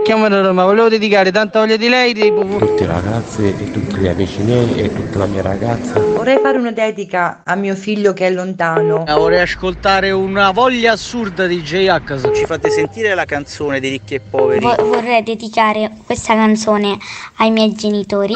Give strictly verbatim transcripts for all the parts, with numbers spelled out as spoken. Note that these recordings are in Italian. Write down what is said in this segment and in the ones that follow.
Chiamo da Roma, volevo dedicare tanta voglia di lei di... tutte le ragazze e tutti gli amici miei e tutta la mia ragazza. Vorrei fare una dedica a mio figlio che è lontano. Vorrei ascoltare una voglia assurda di J-H. Ci fate sentire la canzone di Ricchi e Poveri? Vo- vorrei dedicare questa canzone ai miei genitori.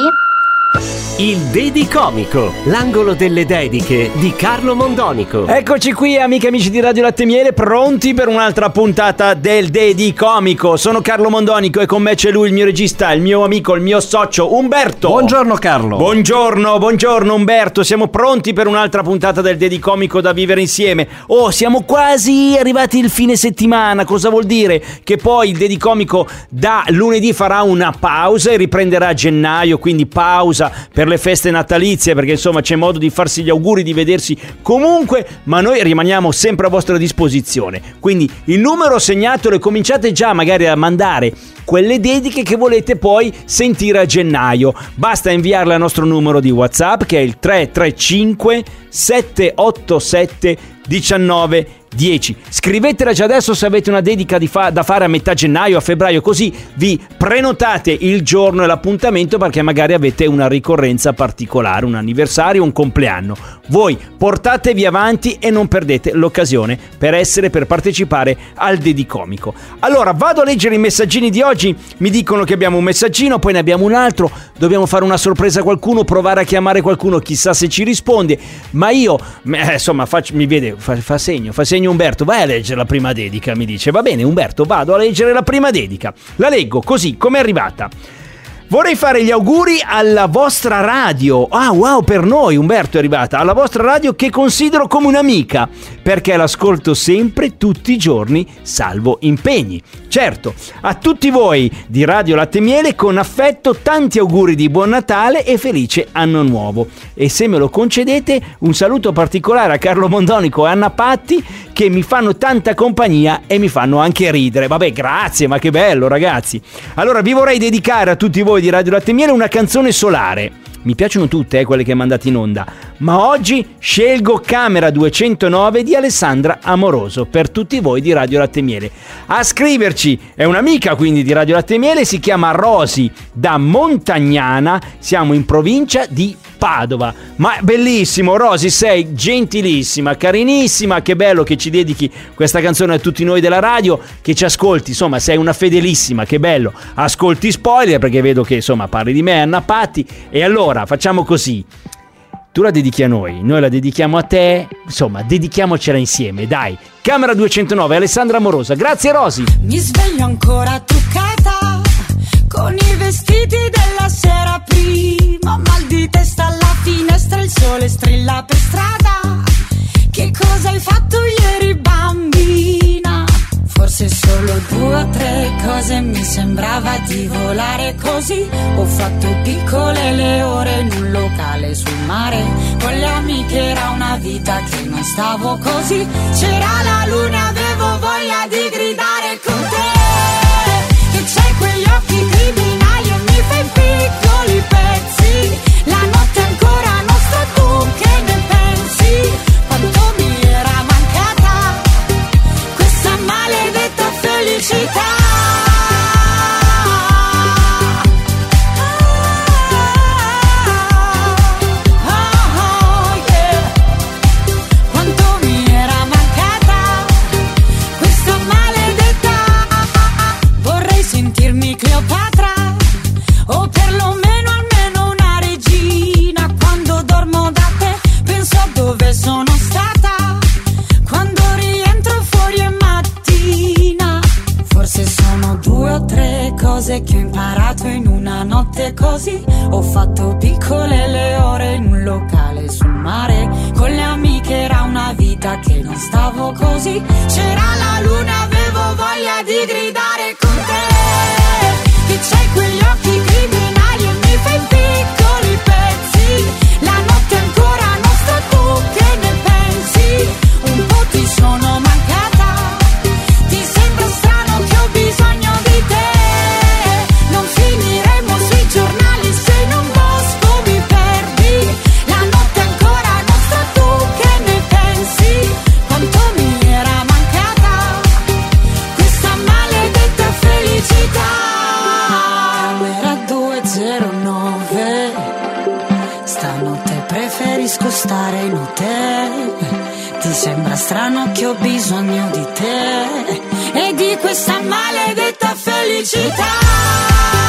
Il Dedicomico, l'angolo delle dediche di Carlo Mondonico. Eccoci qui, amiche e amici di Radio Latte e Miele, pronti per un'altra puntata del Dedicomico. Sono Carlo Mondonico e con me c'è lui, il mio regista, il mio amico, il mio socio Umberto. Buongiorno Carlo. Buongiorno, buongiorno Umberto. Siamo pronti per un'altra puntata del Dedicomico da vivere insieme. Oh, siamo quasi arrivati il fine settimana. Cosa vuol dire? Che poi il Dedicomico da lunedì farà una pausa e riprenderà a gennaio, quindi pausa per le feste natalizie, perché insomma c'è modo di farsi gli auguri, di vedersi comunque, ma noi rimaniamo sempre a vostra disposizione. Quindi il numero segnatelo e cominciate già magari a mandare quelle dediche che volete poi sentire a gennaio. Basta inviarle al nostro numero di WhatsApp, che è il tre tre cinque sette otto sette uno nove dieci. Scrivetela già adesso se avete una dedica di fa- da fare a metà gennaio, a febbraio, così vi prenotate il giorno e l'appuntamento, perché magari avete una ricorrenza particolare, un anniversario, un compleanno. Voi portatevi avanti e non perdete l'occasione per essere, per partecipare al Dedicomico. Allora vado a leggere i messaggini di oggi. Mi dicono che abbiamo un messaggino, poi ne abbiamo un altro, dobbiamo fare una sorpresa a qualcuno, provare a chiamare qualcuno, chissà se ci risponde. Ma io eh, insomma faccio, mi vede, fa, fa segno, fa segno Umberto, vai a leggere la prima dedica, mi dice. Va bene Umberto, vado a leggere la prima dedica. La leggo così come è arrivata. Vorrei fare gli auguri alla vostra radio. Ah, wow, per noi Umberto è arrivata. Alla vostra radio, che considero come un'amica, perché l'ascolto sempre, tutti i giorni, salvo impegni. Certo, a tutti voi di Radio Latte e Miele, con affetto, tanti auguri di buon Natale e felice anno nuovo. E se me lo concedete, un saluto particolare a Carlo Mondonico e Anna Patti, che mi fanno tanta compagnia e mi fanno anche ridere. Vabbè, grazie, ma che bello ragazzi. Allora vi vorrei dedicare a tutti voi di Radio Latte e Miele una canzone solare. Mi piacciono tutte eh, quelle che mandate in onda, ma oggi scelgo Camera duecentonove di Alessandra Amoroso per tutti voi di Radio Latte e Miele. A scriverci è un'amica quindi di Radio Latte e Miele, si chiama Rosi da Montagnana, siamo in provincia di Padova. Ma bellissimo Rosi, sei gentilissima, carinissima, che bello che ci dedichi questa canzone a tutti noi della radio, che ci ascolti, insomma sei una fedelissima, che bello. Ascolti Spoiler, perché vedo che insomma parli di me, Anna Patti, e allora facciamo così. Tu la dedichi a noi, noi la dedichiamo a te, insomma dedichiamocela insieme, dai. Camera duecentonove, Alessandra Amorosa. Grazie Rosi. Mi sveglio ancora truccata con i vestiti della sera prima, mal di testa alla finestra, il sole strilla per strada. Che cosa hai fatto ieri bambina? Forse solo due o tre cose, mi sembrava di volare così. Ho fatto piccole le ore in un locale sul mare, con le amiche era una vita che non stavo così. C'era la luna, avevo voglia di gridare con te. Che c'hai quegli occhi criminali e mi fai piccoli pezzi. La notte è ancora nostra, tu che ne pensi? Quanto mi era mancata questa maledetta felicità. Che ho imparato in una notte così. Ho fatto piccole le ore in un locale sul mare, con le amiche era una vita che non stavo così. C'era la luna, avevo voglia di gridare con te. Che c'hai quegli occhi criminali e mi fai piccoli pezzi. La notte è ancora nostra, tu che ne pensi? Un po' ti sono mancata, ti sembra strano che ho bisogno di te. Felice stare in hotel. Ti sembra strano che ho bisogno di te e di questa maledetta felicità.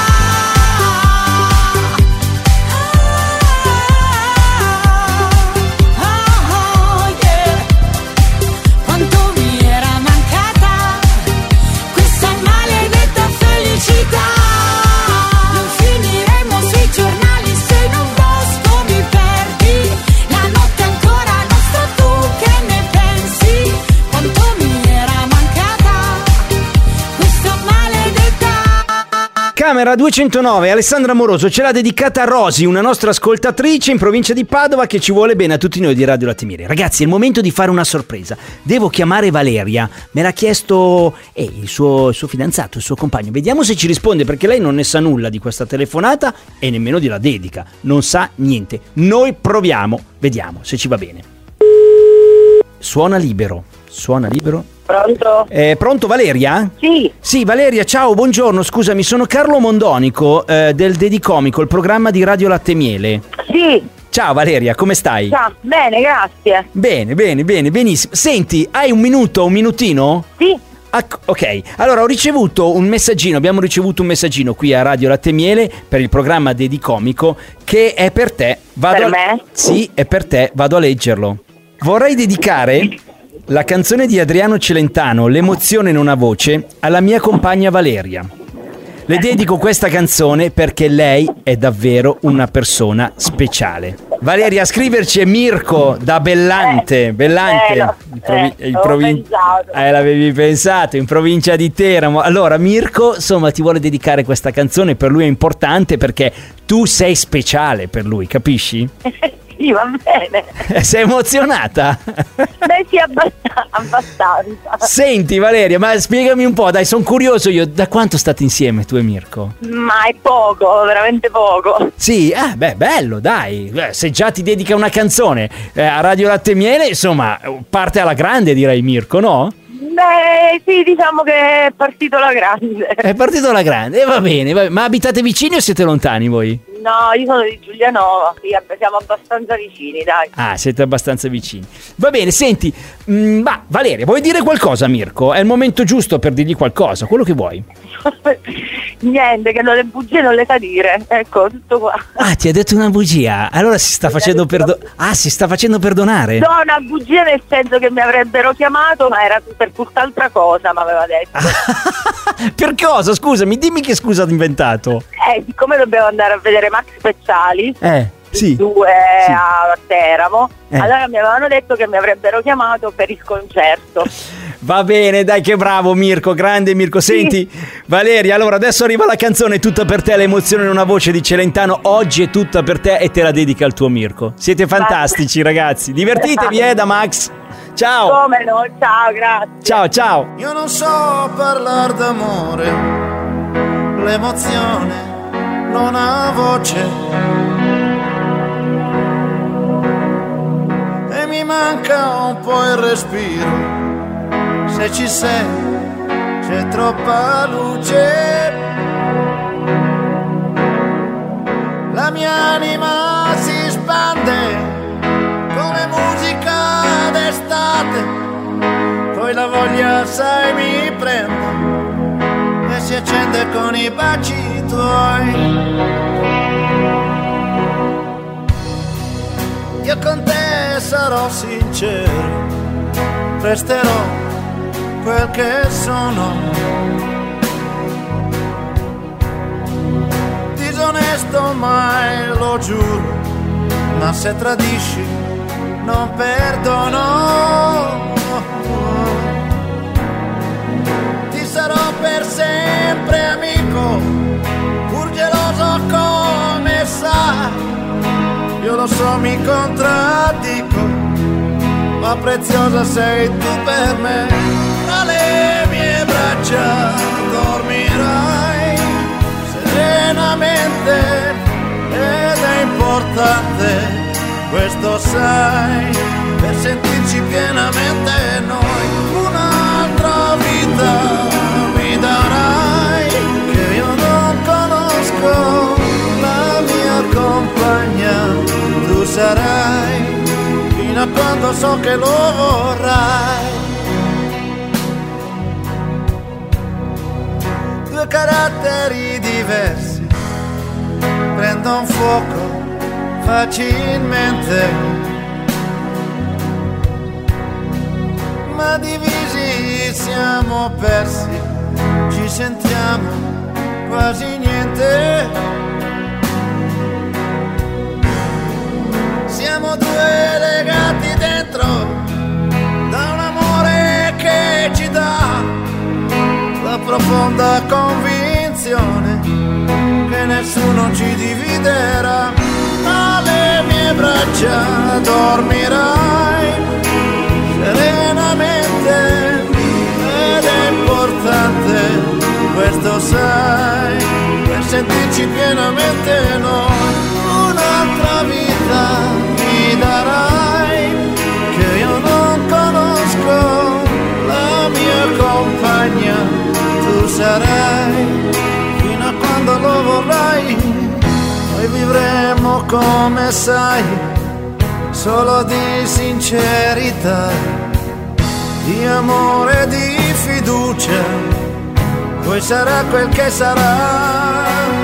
Camera duecentonove, Alessandra Moroso ce l'ha dedicata a Rosy, una nostra ascoltatrice in provincia di Padova che ci vuole bene a tutti noi di Radio Latte Miele. Ragazzi, è il momento di fare una sorpresa. Devo chiamare Valeria, me l'ha chiesto eh, il, suo, il suo fidanzato, il suo compagno. Vediamo se ci risponde, perché lei non ne sa nulla di questa telefonata e nemmeno della dedica. Non sa niente. Noi proviamo, vediamo se ci va bene. Suona libero, suona libero. Pronto? Eh, pronto Valeria? Sì. Sì, Valeria, ciao, buongiorno, scusami, sono Carlo Mondonico eh, del Dedicomico, il programma di Radio Latte Miele. Sì. Ciao Valeria, come stai? Ciao, bene, grazie. Bene, bene, bene, benissimo. Senti, hai un minuto, un minutino? Sì. Ah, ok, allora ho ricevuto un messaggino, abbiamo ricevuto un messaggino qui a Radio Latte Miele per il programma Dedicomico che è per te. Vado per a... me? Sì, è per te, vado a leggerlo. Vorrei dedicare la canzone di Adriano Celentano, L'emozione in una voce, alla mia compagna Valeria. Le dedico questa canzone perché lei è davvero una persona speciale. Valeria, a scriverci è Mirko da Bellante, eh, Bellante, eh, no, in provi- eh, in provin- eh, l'avevi pensato, in provincia di Teramo. Allora Mirko, insomma, ti vuole dedicare questa canzone, per lui è importante perché tu sei speciale per lui, capisci? Sì, va bene. Sei emozionata? Beh, sì, abbast- abbastanza. Senti Valeria, ma spiegami un po', dai, sono curioso io, da quanto state insieme tu e Mirko? Ma è poco, veramente poco. Sì, ah, beh, bello, dai, eh, se già ti dedica una canzone eh, a Radio Latte Miele, insomma, parte alla grande direi Mirko, no? Beh, sì, diciamo che è partito alla grande. È partito alla grande, e eh, va bene, va bene, ma abitate vicini o siete lontani voi? No, io sono di Giulianova, sì, siamo abbastanza vicini, dai. Ah, siete abbastanza vicini. Va bene, senti, mh, ma Valeria, vuoi dire qualcosa a Mirko? È il momento giusto per dirgli qualcosa, quello che vuoi. Niente, che le bugie non le sa dire, ecco, tutto qua. Ah, ti ha detto una bugia, allora si sta facendo perdo- Ah, si sta facendo perdonare? No, una bugia nel senso che mi avrebbero chiamato, ma era per tutt'altra cosa, mi aveva detto. Per cosa? Scusami, dimmi che scusa ha inventato. Eh, siccome dobbiamo andare a vedere Max Speciali, Eh, sì. due sì. a Teramo, Eh. allora mi avevano detto che mi avrebbero chiamato per il concerto. Va bene, dai, che bravo Mirko, grande Mirko. Senti, sì. Valeria, allora adesso arriva la canzone Tutta per te, l'emozione in una voce di Celentano. Oggi è tutta per te e te la dedica al tuo Mirko. Siete fantastici, ragazzi. Divertitevi, eh, da Max. Ciao. Come no, ciao, grazie. Ciao, ciao. Io non so parlare d'amore, l'emozione non ha voce e mi manca un po' il respiro. Se ci sei c'è troppa luce, la mia anima si spande come musica d'estate, poi la voglia sai mi prende e si accende con i baci tuoi. Io con te sarò sincero, resterò quel che sono, disonesto mai lo giuro, ma se tradisci non perdono. Ti sarò per sempre amico, pur geloso come sai. Io lo so, mi contraddico, ma preziosa sei tu per me. Tra le mie braccia dormirai serenamente ed è importante, questo sai, per sentirci pienamente noi. Un'altra vita mi darai che io non conosco, la mia compagna tu sarai, fino a quando so che lo vorrai. Due caratteri diversi prendono fuoco facilmente, ma divisi siamo persi, ci sentiamo quasi niente. Siamo due legati dentro da un amore che ci dà la profonda convinzione che nessuno ci dividerà. Alle mie braccia dormirai serenamente ed è importante, questo sai, per sentirci pienamente noi. Un'altra vita mi darai che io non conosco, la mia compagna tu sarai fino a quando lo vorrai. Noi vivremo come sai, solo di sincerità, di amore e di fiducia, poi sarà quel che sarà.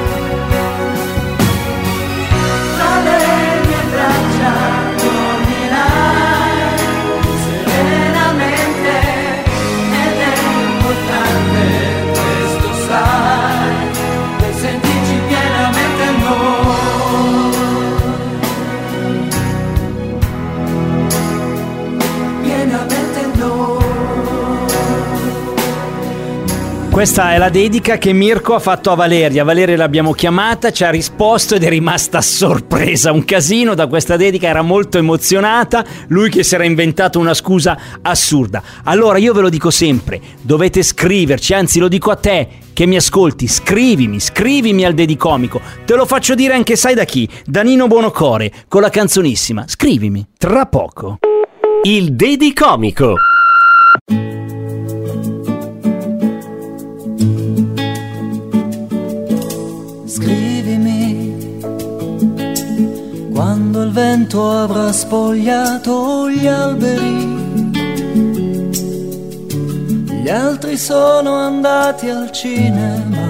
Tra le mie braccia dormirai serenamente ed è importante, questo sai, per sentirci pienamente noi, pienamente noi. Questa è la dedica che Mirko ha fatto a Valeria. Valeria l'abbiamo chiamata, ci ha risposto ed è rimasta sorpresa. Un casino da questa dedica, era molto emozionata. Lui che si era inventato una scusa assurda. Allora io ve lo dico sempre, dovete scriverci, anzi lo dico a te che mi ascolti, scrivimi, scrivimi al Dedicomico. Te lo faccio dire anche sai da chi? Da Nino Buonocore con la canzonissima. Scrivimi, tra poco. Il Dedicomico. Scrivimi quando il vento avrà spogliato gli alberi, gli altri sono andati al cinema,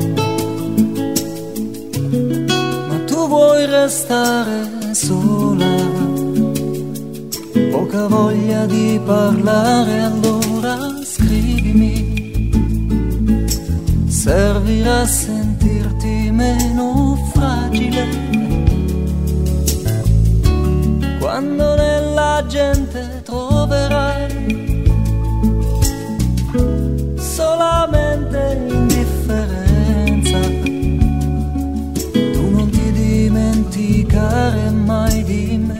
ma tu vuoi restare sola, poca voglia di parlare, allora scrivimi, servirà a sentirti meno fragile, quando nella gente troverai solamente indifferenza. Tu non ti dimenticare mai di me.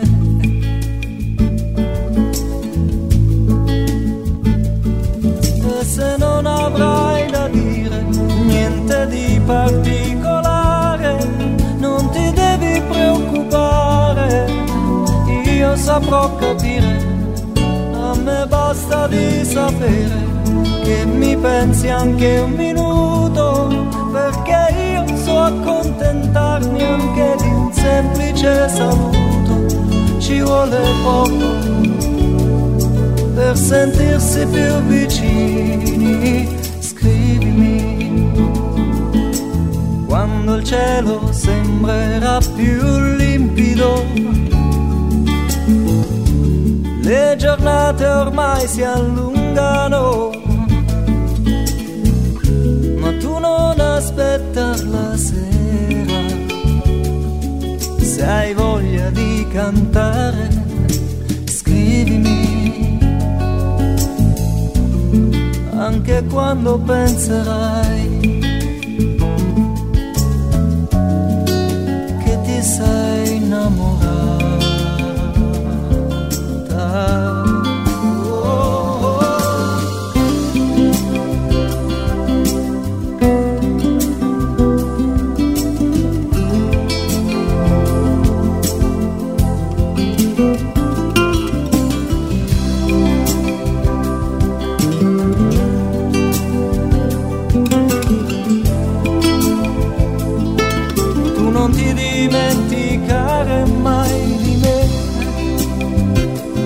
E se non avrai da dire niente di particolare, non ti devi preoccupare, io saprò capire. A me basta di sapere che mi pensi anche un minuto, perché io so accontentarmi anche di un semplice saluto. Ci vuole poco per sentirsi più vicini. Scrivimi quando il cielo sembrerà più limpido, le giornate ormai si allungano, ma tu non aspettar la sera, se hai voglia di cantare scrivimi, anche quando penserai che ti sei innamorata. Tu non ti dimenticare mai di me.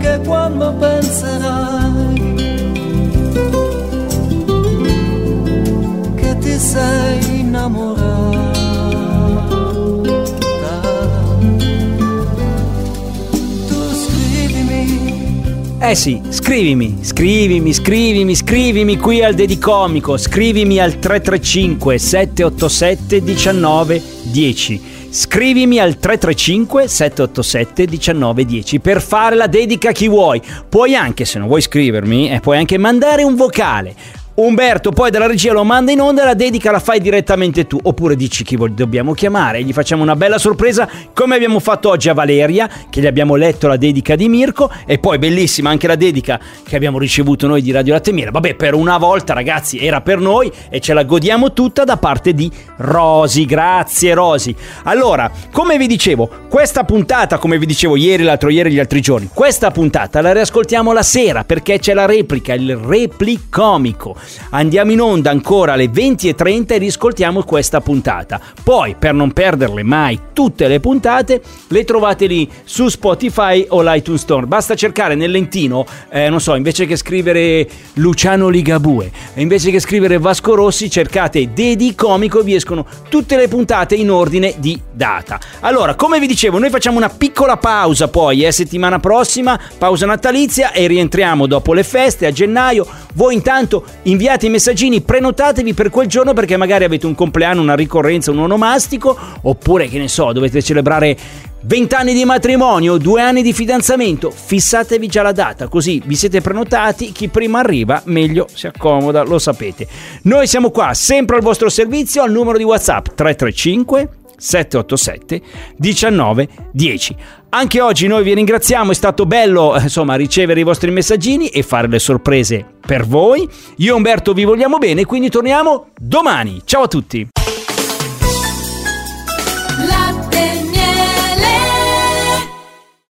anche quando penserai che ti sei innamorata. Tu scrivimi. Eh sì, scrivimi, scrivimi, scrivimi, scrivimi qui al Dedicomico, scrivimi al tre tre cinque sette otto sette uno nove uno zero. Scrivimi al tre tre cinque sette otto sette uno nove uno zero per fare la dedica a chi vuoi. Puoi anche, se non vuoi scrivermi, eh, puoi anche mandare un vocale. Umberto poi dalla regia lo manda in onda e la dedica la fai direttamente tu, oppure dici chi dobbiamo chiamare e gli facciamo una bella sorpresa come abbiamo fatto oggi a Valeria, che gli abbiamo letto la dedica di Mirko, e poi bellissima anche la dedica che abbiamo ricevuto noi di Radio Latte e Miele. Vabbè, per una volta ragazzi era per noi e ce la godiamo tutta da parte di Rosy. Grazie Rosy. Allora, come vi dicevo, questa puntata, come vi dicevo ieri, l'altro ieri, gli altri giorni, questa puntata la riascoltiamo la sera perché c'è la replica, il Replicomico. Andiamo in onda ancora alle venti e trenta e riscoltiamo questa puntata. Poi, per non perderle mai tutte le puntate, le trovate lì su Spotify o l'iTunes Store. Basta cercare nel lentino, eh, non so, invece che scrivere Luciano Ligabue, invece che scrivere Vasco Rossi, cercate Dedicomico e vi escono tutte le puntate in ordine di data. Allora, come vi dicevo, noi facciamo una piccola pausa poi, eh, settimana prossima, pausa natalizia, e rientriamo dopo le feste a gennaio. Voi intanto inviate i messaggini, prenotatevi per quel giorno perché magari avete un compleanno, una ricorrenza, un onomastico, oppure che ne so, dovete celebrare venti anni di matrimonio, due anni di fidanzamento. Fissatevi già la data, così vi siete prenotati, chi prima arriva meglio si accomoda, lo sapete. Noi siamo qua sempre al vostro servizio al numero di WhatsApp tre tre cinque sette otto sette uno nove uno zero. Anche oggi noi vi ringraziamo, è stato bello insomma ricevere i vostri messaggini e fare le sorprese per voi. Io e Umberto vi vogliamo bene, quindi torniamo domani. Ciao a tutti.